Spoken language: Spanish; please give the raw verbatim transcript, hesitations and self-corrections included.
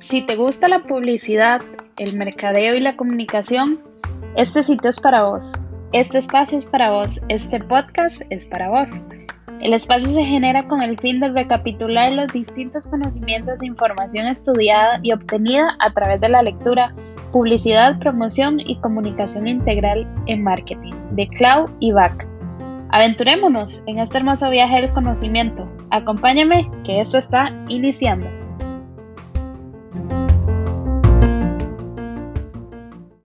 Si te gusta la publicidad, el mercadeo y la comunicación, este sitio es para vos. Este espacio es para vos. Este podcast es para vos. El espacio se genera con el fin de recapitular los distintos conocimientos e información estudiada y obtenida a través de la lectura, publicidad, promoción y comunicación integral en marketing, de Clau y Bac. Aventurémonos en este hermoso viaje del conocimiento. Acompáñame, que esto está iniciando.